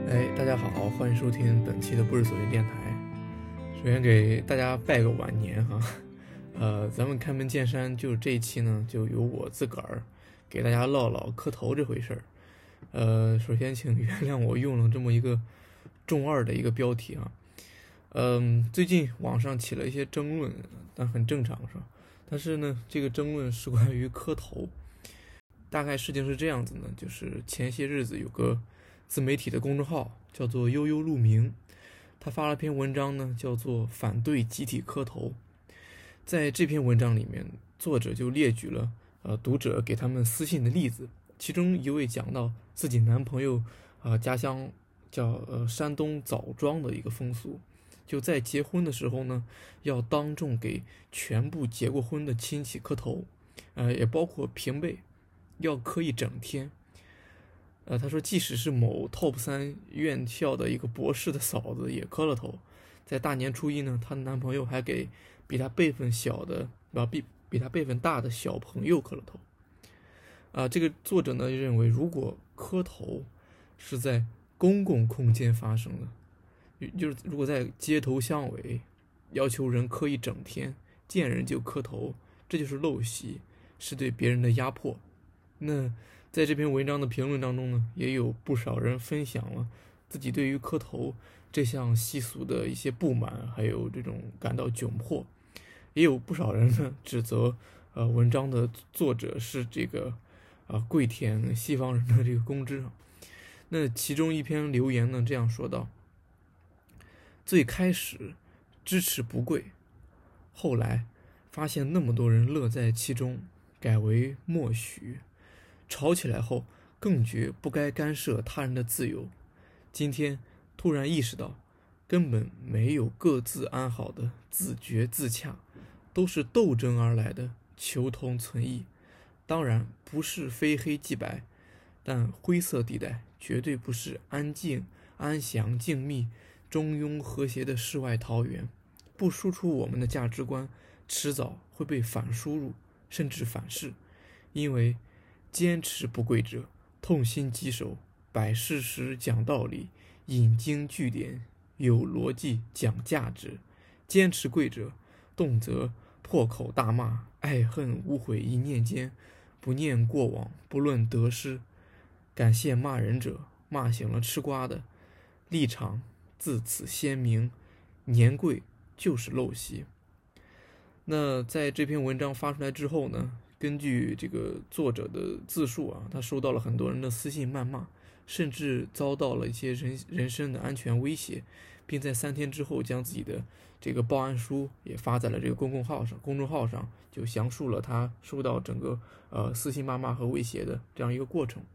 大家好，欢迎收听本期的不是所云电台。首先给大家拜个晚年哈，咱们开门见山，就这一期呢，就由我自个儿给大家唠唠磕头这回事儿。首先请原谅我用了这么一个中二的一个标题啊。最近网上起了一些争论，但很正常是吧？但是呢，这个争论是关于磕头。大概事情是这样子呢，就是前些日子有个自媒体的公众号叫做悠悠鹿鸣，他发了篇文章呢，叫做反对集体磕头。在这篇文章里面，作者就列举了读者给他们私信的例子，其中一位讲到自己男朋友家乡叫山东枣庄的一个风俗，就在结婚的时候呢，要当众给全部结过婚的亲戚磕头，也包括平辈，要磕一整天。他说即使是某 top3 院校的一个博士的嫂子也磕了头。在大年初一呢，她的男朋友还给比她辈分小的比她辈分大的小朋友磕了头。这个作者呢认为，如果磕头是在公共空间发生的，就是如果在街头巷尾要求人磕一整天，见人就磕头，这就是陋习，是对别人的压迫。那在这篇文章的评论当中呢，也有不少人分享了自己对于磕头这项习俗的一些不满，还有这种感到窘迫。也有不少人呢指责文章的作者是这个跪舔西方人的这个公知。那其中一篇留言呢这样说道：最开始支持不跪，后来发现那么多人乐在其中，改为默许。吵起来后，更觉不该干涉他人的自由。今天突然意识到，根本没有各自安好的自觉自洽，都是斗争而来的求同存异。当然不是非黑即白，但灰色地带绝对不是安静、安详、静谧、中庸、和谐的世外桃源。不输出我们的价值观，迟早会被反输入，甚至反噬。因为坚持不跪者，痛心疾首，摆事实讲道理，引经据典，有逻辑讲价值；坚持跪者，动辄破口大骂，爱恨无悔一念间，不念过往，不论得失。感谢骂人者，骂醒了吃瓜的，立场自此鲜明，年跪就是陋习。那在这篇文章发出来之后呢，根据这个作者的自述他收到了很多人的私信谩骂，甚至遭到了一些人身的安全威胁，并在3天之后将自己的这个报案书也发在了这个公众号上，就详述了他收到整个私信谩骂和威胁的这样一个过程。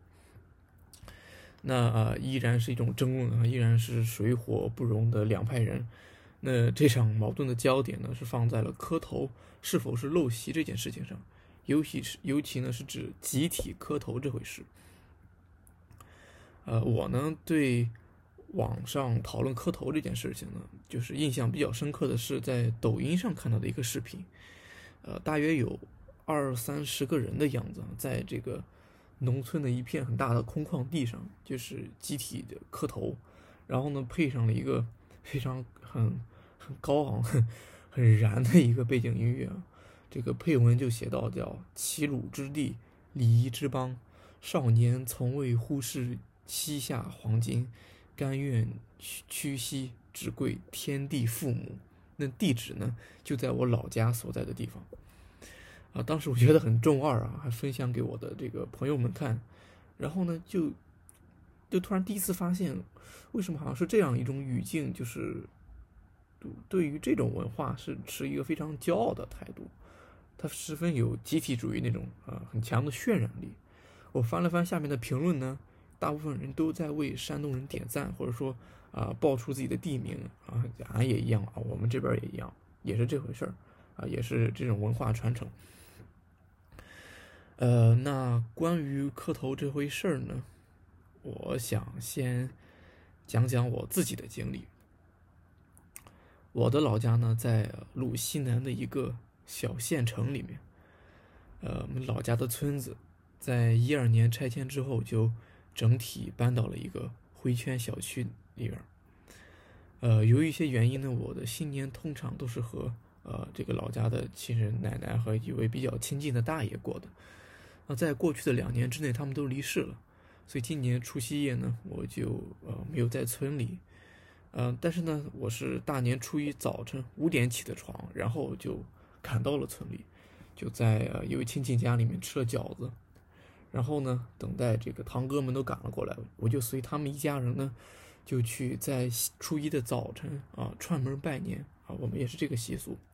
那依然是一种争论依然是水火不容的两派人。那这场矛盾的焦点呢，是放在了磕头是否是陋习这件事情上，尤其呢是指集体磕头这回事。我呢对网上讨论磕头这件事情呢，就是印象比较深刻的是在抖音上看到的一个视频。大约有20-30个人的样子，在这个农村的一片很大的空旷地上，就是集体的磕头，然后呢配上了一个非常很高昂很燃的一个背景音乐。这个配文就写到叫齐鲁之地，礼仪之邦，少年从未忽视膝下黄金，甘愿屈膝只跪天地父母。那地址呢就在我老家所在的地方。当时我觉得很中二还分享给我的这个朋友们看。然后呢就突然第一次发现，为什么好像是这样一种语境，就是对于这种文化是持一个非常骄傲的态度，它十分有集体主义那种很强的渲染力。我翻了翻下面的评论呢，大部分人都在为山东人点赞，或者说报出自己的地名俺也一样我们这边也一样，也是这回事也是这种文化传承。那关于磕头这回事呢，我想先讲讲我自己的经历。我的老家呢在鲁西南的一个小县城里面。我们老家的村子在12年拆迁之后就整体搬到了一个回圈小区里边。由于一些原因呢，我的新年通常都是和这个老家的亲人奶奶和一位比较亲近的大爷过的。在过去的2年之内，他们都离世了，所以今年除夕夜呢，我就没有在村里。但是呢，我是大年初一早晨5点起的床，然后就赶到了村里，就在一位亲戚家里面吃了饺子，然后呢，等待这个堂哥们都赶了过来，我就随他们一家人呢，就去在初一的早晨串门拜年我们也是这个习俗。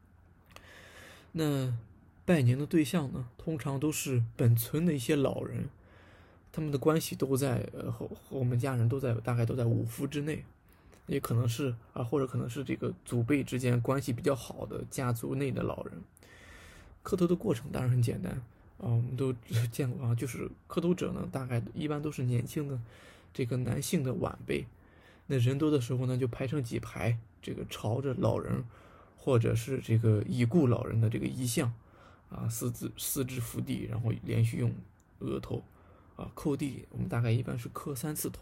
那拜年的对象呢，通常都是本村的一些老人，他们的关系都在和我们家人都在大概都在5夫之内，也可能是或者可能是这个祖辈之间关系比较好的家族内的老人。磕头的过程当然很简单我们都见过就是磕头者呢，大概一般都是年轻的这个男性的晚辈。那人多的时候呢，就排成几排，这个朝着老人或者是这个已故老人的这个遗像四肢伏地，然后连续用额头叩地，我们大概一般是磕3次头。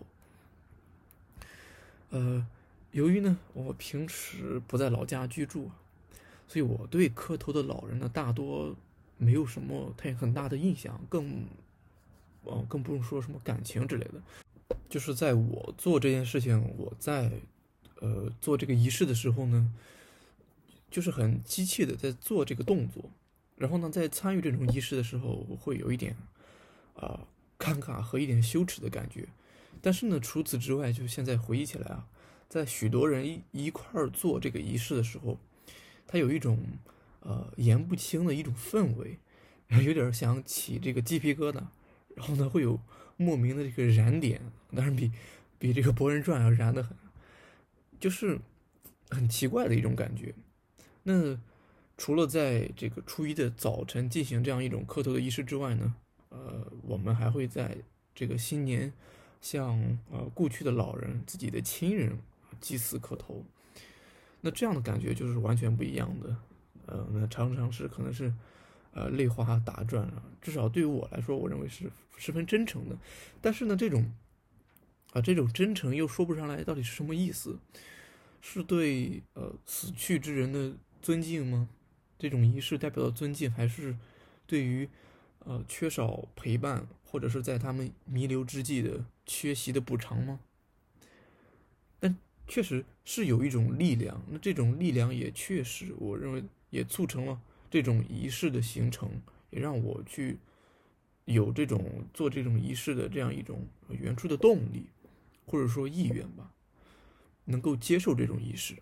由于呢我平时不在老家居住，所以我对磕头的老人呢大多没有什么很大的印象，更不用说什么感情之类的。就是在我做这件事情，我在做这个仪式的时候呢，就是很机器的在做这个动作，然后呢在参与这种仪式的时候，我会有一点尴尬和一点羞耻的感觉。但是呢除此之外，就现在回忆起来在许多人一块儿做这个仪式的时候，它有一种言不清的一种氛围，有点想起这个鸡皮疙瘩，然后呢会有莫名的这个燃点，当然比这个博人传要燃得很，就是很奇怪的一种感觉。那除了在这个初一的早晨进行这样一种磕头的仪式之外呢，我们还会在这个新年向故去的老人、自己的亲人祭祀磕头。那这样的感觉就是完全不一样的。那常常是可能是泪花打转至少对于我来说，我认为是十分真诚的。但是呢，这种真诚又说不上来到底是什么意思，是对死去之人的尊敬吗？这种仪式代表的尊敬，还是对于缺少陪伴或者是在他们弥留之际的缺席的补偿吗？但确实是有一种力量，那这种力量也确实我认为也促成了这种仪式的形成，也让我去有这种做这种仪式的这样一种原初的动力，或者说意愿吧，能够接受这种仪式。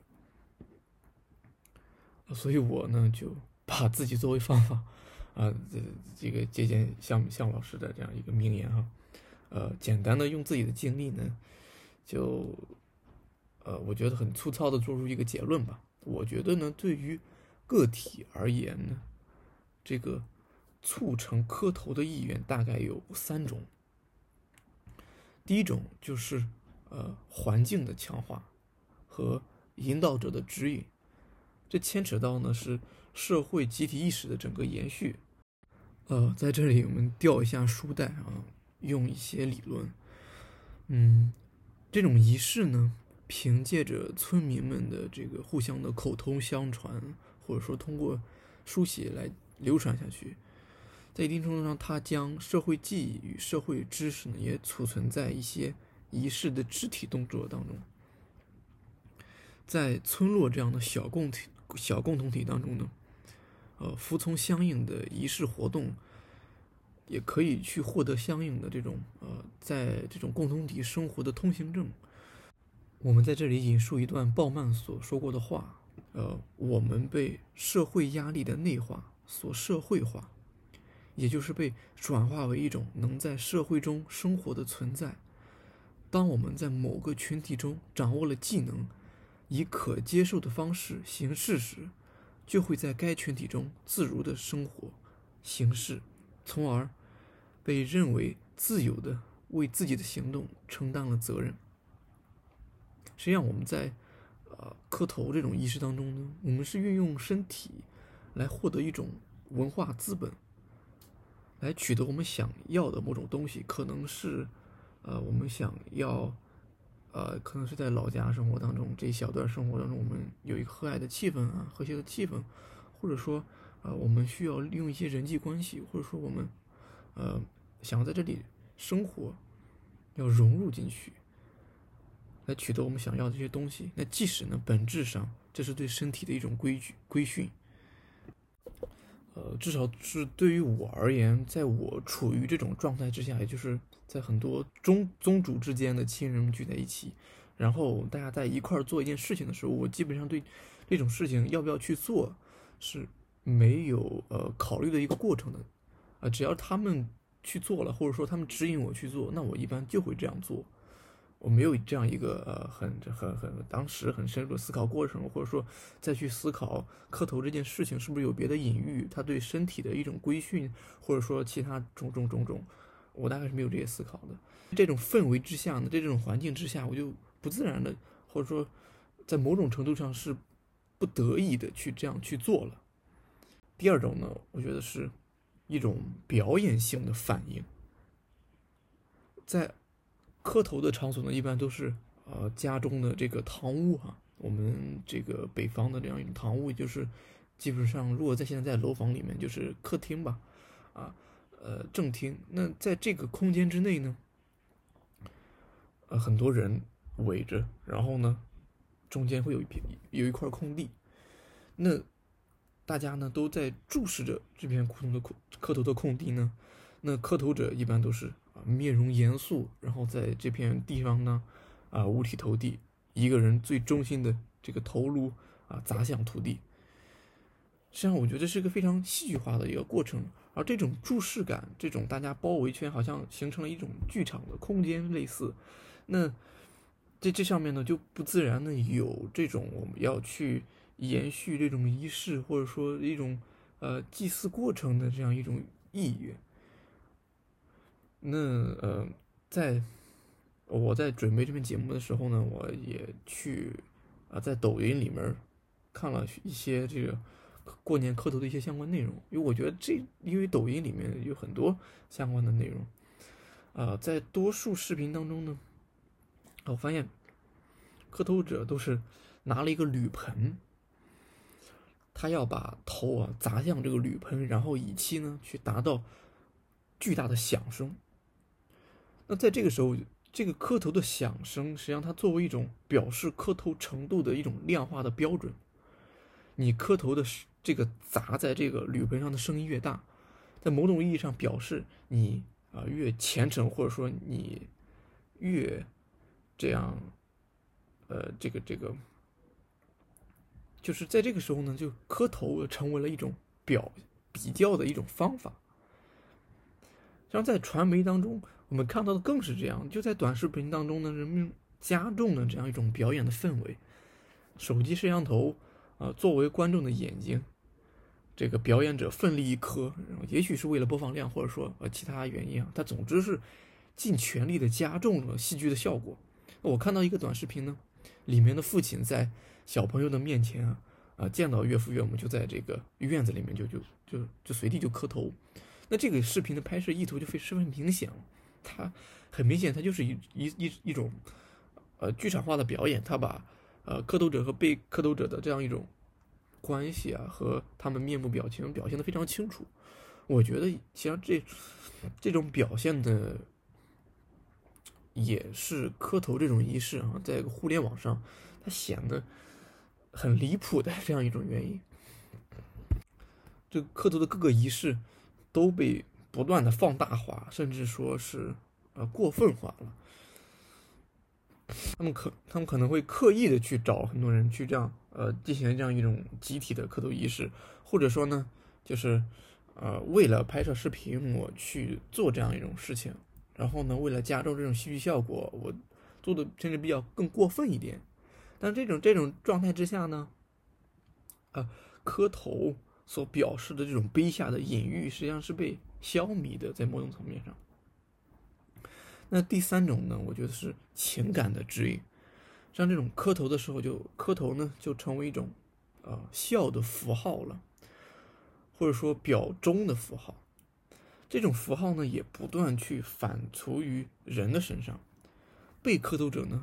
所以我呢就把自己作为方法这个借鉴向老师的这样一个名言简单的用自己的经历呢，就我觉得很粗糙的做出一个结论吧。我觉得呢，对于个体而言呢，这个促成磕头的意愿大概有3种。第一种就是环境的强化和引导者的指引，这牵扯到呢是社会集体意识的整个延续。在这里我们调一下书袋用一些理论。这种仪式呢，凭借着村民们的这个互相的口头相传，或者说通过书写来流传下去，在一定程度上，它将社会记忆与社会知识呢，也储存在一些仪式的肢体动作当中。在村落这样的小共同体当中呢，服从相应的仪式活动，也可以去获得相应的这种在这种共同体生活的通行证。我们在这里引述一段鲍曼所说过的话：我们被社会压力的内化所社会化，也就是被转化为一种能在社会中生活的存在。当我们在某个群体中掌握了技能，以可接受的方式行事时，就会在该群体中自如的生活行事，从而被认为自由的为自己的行动承担了责任。实际上我们在磕头这种仪式当中呢，我们是运用身体来获得一种文化资本，来取得我们想要的某种东西，可能是我们想要可能是在老家生活当中这一小段生活当中，我们有一个和蔼的气氛啊，和谐的气氛，或者说我们需要利用一些人际关系，或者说我们想要在这里生活，要融入进去，来取得我们想要的这些东西。那即使呢，本质上这是对身体的一种规训。至少是对于我而言，在我处于这种状态之下，也就是在很多宗主之间的亲人们聚在一起，然后大家在一块儿做一件事情的时候，我基本上对这种事情要不要去做是没有考虑的一个过程的。只要他们去做了，或者说他们指引我去做，那我一般就会这样做。我没有这样一个当时很深入的思考过程，或者说再去思考磕头这件事情是不是有别的隐喻，它对身体的一种规训，或者说其他种种，我大概是没有这些思考的。这种氛围之下呢，在这种环境之下，我就不自然的，或者说在某种程度上是不得已的去这样去做了。第二种呢，我觉得是一种表演性的反应。在磕头的场所呢，一般都是家中的这个堂屋哈，我们这个北方的这样一种堂屋，就是基本上如果现在在楼房里面，就是客厅吧，正厅。那在这个空间之内呢，很多人围着，然后呢，中间会有一块空地，那大家呢都在注视着这片磕头的空地呢，那磕头者一般都是面容严肃，然后在这片地方呢，五体投地，一个人最中心的这个头颅砸向土地。实际上，我觉得这是个非常戏剧化的一个过程，而这种注视感，这种大家包围圈，好像形成了一种剧场的空间类似。那这上面呢，就不自然的有这种我们要去延续这种仪式，或者说一种祭祀过程的这样一种意愿。那在我在准备这篇节目的时候呢，我也去在抖音里面看了一些这个过年磕头的一些相关内容，因为我觉得因为抖音里面有很多相关的内容，在多数视频当中呢，我发现磕头者都是拿了一个铝盆，他要把头砸向这个铝盆，然后以期呢去达到巨大的响声。那在这个时候，这个磕头的响声，实际上它作为一种表示磕头程度的一种量化的标准。你磕头的这个砸在这个铝盆上的声音越大，在某种意义上表示你越虔诚，或者说你越这样，这个就是在这个时候呢，就磕头成为了一种比较的一种方法。像在传媒当中，我们看到的更是这样，就在短视频当中呢，人们加重了这样一种表演的氛围。手机摄像头作为观众的眼睛，这个表演者奋力一磕，也许是为了播放量，或者说其他原因他总之是尽全力的加重了戏剧的效果。我看到一个短视频呢，里面的父亲在小朋友的面前见到岳父岳母就在这个院子里面就随地就磕头。那这个视频的拍摄意图就十分明显了，它很明显，它就是一种剧场化的表演，它把磕头者和被磕头者的这样一种关系和他们面部表情表现得非常清楚。我觉得其实这种表现的也是磕头这种仪式在互联网上它显得很离谱的这样一种原因。这个磕头的各个仪式都被不断的放大化，甚至说是过分化了。他们可能会刻意的去找很多人去这样进行这样一种集体的磕头仪式，或者说呢，就是为了拍摄视频我去做这样一种事情，然后呢，为了加重这种戏剧效果，我做的甚至比较更过分一点。但这种状态之下呢，磕头所表示的这种卑下的隐喻，实际上是被消弭的，在某种层面上。那第三种呢，我觉得是情感的指引。像这种磕头的时候，磕头呢就成为一种孝的符号了，或者说表忠的符号。这种符号呢，也不断去反刍于人的身上。被磕头者呢，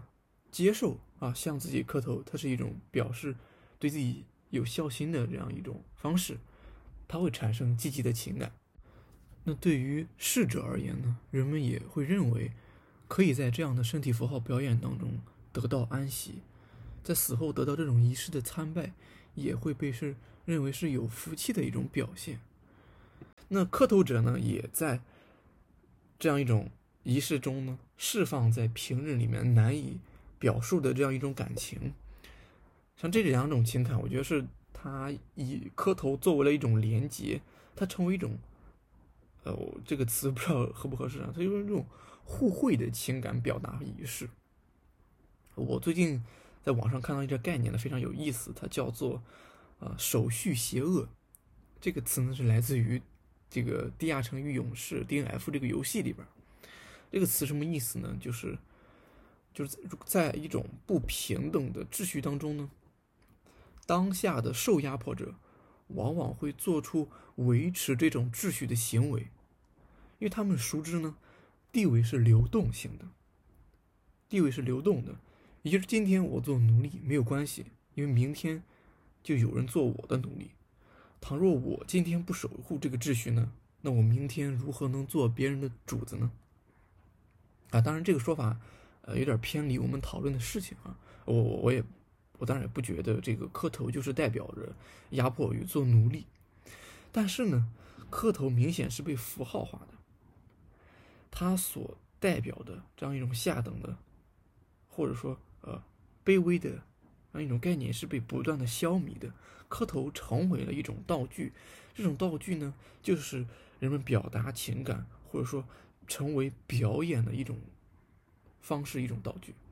接受向自己磕头，它是一种表示对自己有孝心的这样一种方式，它会产生积极的情感。那对于逝者而言呢，人们也会认为可以在这样的身体符号表演当中得到安息，在死后得到这种仪式的参拜，也会被认为是有福气的一种表现。那磕头者呢，也在这样一种仪式中呢，释放在平日里面难以表述的这样一种感情。像这两种情感，我觉得是他以磕头作为了一种连结，它成为一种这个词不知道合不合适它就是这种互惠的情感表达仪式。我最近在网上看到一个概念呢，非常有意思，它叫做手续邪恶。这个词呢是来自于这个《地下城与勇士》DNF 这个游戏里边。这个词什么意思呢？就是在一种不平等的秩序当中呢，当下的受压迫者往往会做出维持这种秩序的行为，因为他们熟知呢，地位是流动性的，地位是流动的，也就是今天我做奴隶没有关系，因为明天就有人做我的奴隶。倘若我今天不守护这个秩序呢，那我明天如何能做别人的主子呢？当然这个说法有点偏离我们讨论的事情啊。我当然也不觉得这个磕头就是代表着压迫与做奴隶，但是呢，磕头明显是被符号化的，它所代表的这样一种下等的，或者说卑微的这样一种概念是被不断的消弭的。磕头成为了一种道具，这种道具呢，就是人们表达情感或者说成为表演的一种方式，一种道具。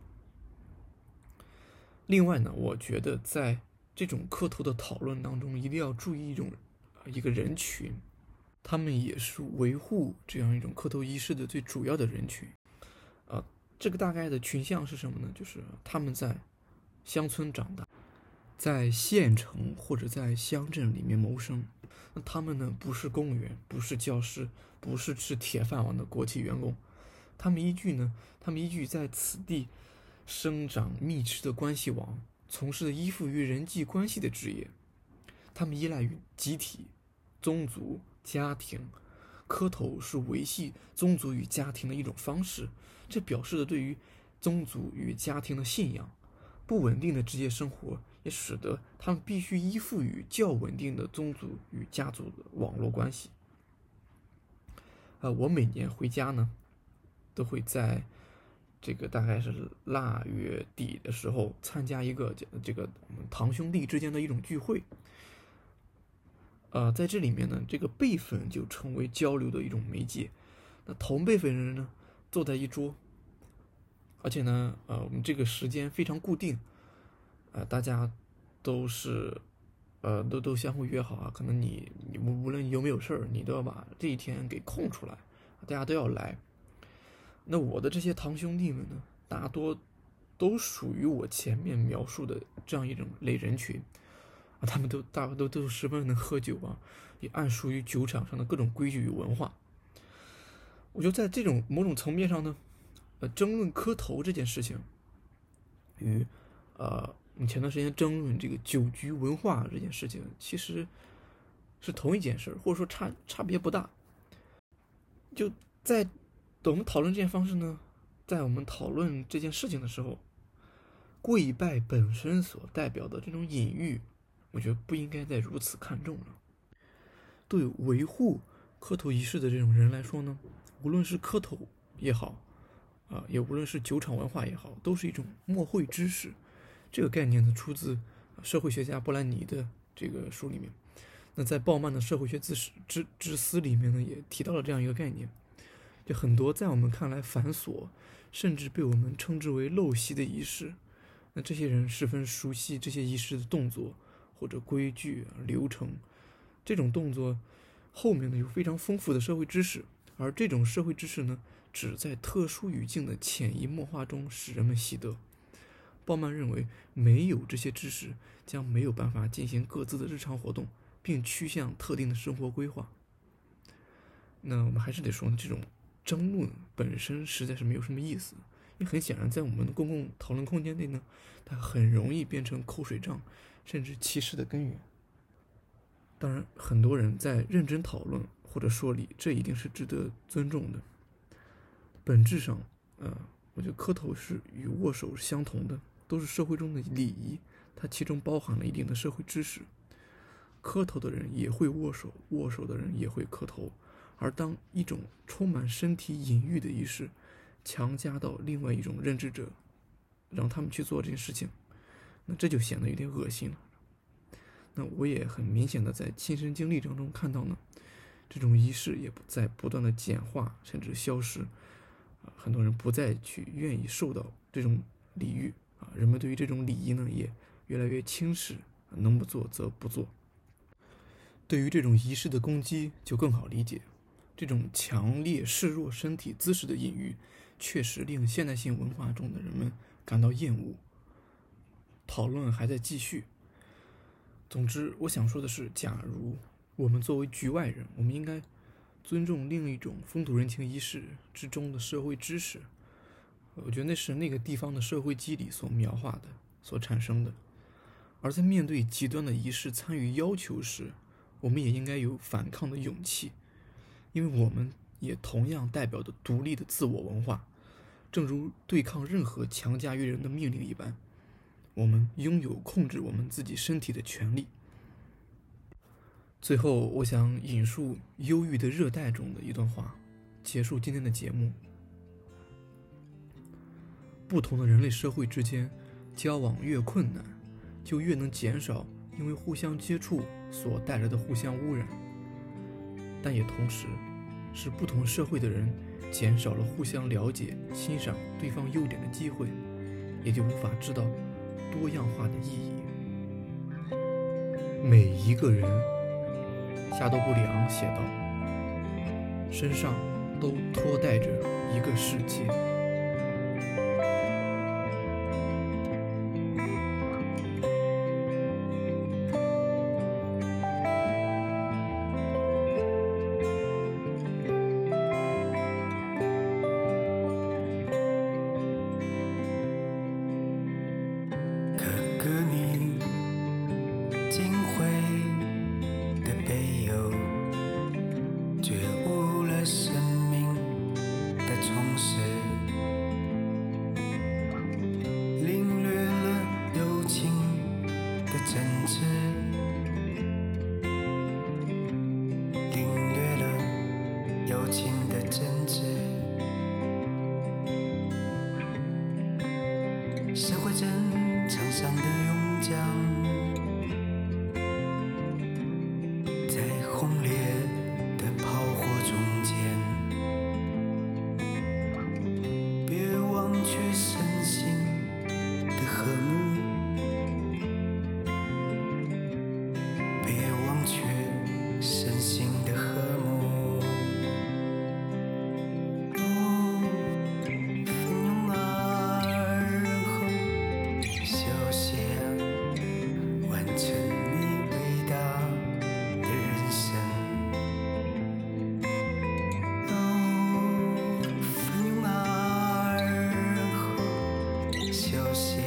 另外呢，我觉得在这种磕头的讨论当中，一定要注意一个人群，他们也是维护这样一种磕头仪式的最主要的人群。这个大概的群像是什么呢？就是他们在乡村长大，在县城或者在乡镇里面谋生。那他们呢，不是公务员，不是教师，不是吃铁饭碗的国企员工，他们依据在此地生长密持的关系网，从事的依附于人际关系的职业，他们依赖于集体、宗族、家庭。磕头是维系宗族与家庭的一种方式，这表示的对于宗族与家庭的信仰。不稳定的职业生活也使得他们必须依附于较稳定的宗族与家族的网络关系。我每年回家呢，都会在这个大概是腊月底的时候参加一个这个堂兄弟之间的一种聚会。在这里面呢，这个辈分就成为交流的一种媒介。那同辈分人呢，坐在一桌，而且呢，我们这个时间非常固定，大家都是，都相互约好啊。可能你无论有没有事儿，你都要把这一天给空出来，大家都要来。那我的这些堂兄弟们呢，大多都属于我前面描述的这样一种类人群。他们大多都十分能喝酒啊，也谙熟于酒场上的各种规矩与文化。我觉得在这种某种层面上呢，争论磕头这件事情，与你前段时间争论这个酒局文化这件事情，其实是同一件事，或者说差别不大。就在我们讨论这件方式呢，在我们讨论这件事情的时候，跪拜本身所代表的这种隐喻，我觉得不应该再如此看重了。对维护磕头仪式的这种人来说呢，无论是磕头也好，也无论是酒场文化也好，都是一种默会知识。这个概念呢，出自社会学家波兰尼的这个书里面。那在鲍曼的社会学之思里面呢，也提到了这样一个概念。就很多在我们看来繁琐，甚至被我们称之为陋习的仪式，那这些人十分熟悉这些仪式的动作或者规矩流程。这种动作后面呢，有非常丰富的社会知识，而这种社会知识呢，只在特殊语境的潜移默化中使人们习得。鲍曼认为，没有这些知识，将没有办法进行各自的日常活动，并趋向特定的生活规划。那我们还是得说呢，这种争论本身实在是没有什么意思， 因为很显然，在我们的公共讨论空间内呢，它很容易变成口水仗，甚至歧视的根源。当然，很多人在认真讨论或者说理，这一定是值得尊重的。本质上，我觉得磕头是与握手是相同的，都是社会中的礼仪，它其中包含了一定的社会知识。磕头的人也会握手，握手的人也会磕头。而当一种充满身体隐喻的仪式强加到另外一种认知者，让他们去做这件事情，那这就显得有点恶心了。那我也很明显的在亲身经历当中看到呢，这种仪式也在不断的简化甚至消失，很多人不再去愿意受到这种礼遇，人们对于这种礼仪呢也越来越轻视，能不做则不做。对于这种仪式的攻击就更好理解，这种强烈示弱身体姿势的隐喻确实令现代性文化中的人们感到厌恶。讨论还在继续。总之，我想说的是，假如我们作为局外人，我们应该尊重另一种风土人情仪式之中的社会知识。我觉得那是那个地方的社会机理所描画的，所产生的。而在面对极端的仪式参与要求时，我们也应该有反抗的勇气，因为我们也同样代表着独立的自我文化，正如对抗任何强加于人的命令一般，我们拥有控制我们自己身体的权利。最后，我想引述《忧郁的热带》中的一段话，结束今天的节目。不同的人类社会之间交往越困难，就越能减少因为互相接触所带来的互相污染，但也同时使不同社会的人减少了互相了解、欣赏对方优点的机会，也就无法知道多样化的意义。每一个人，夏多布里昂写道，身上都托带着一个世界。 社会战场上的勇将，在轰烈的炮火中间，别忘却身心的和睦，别忘却身心的和睦。休息。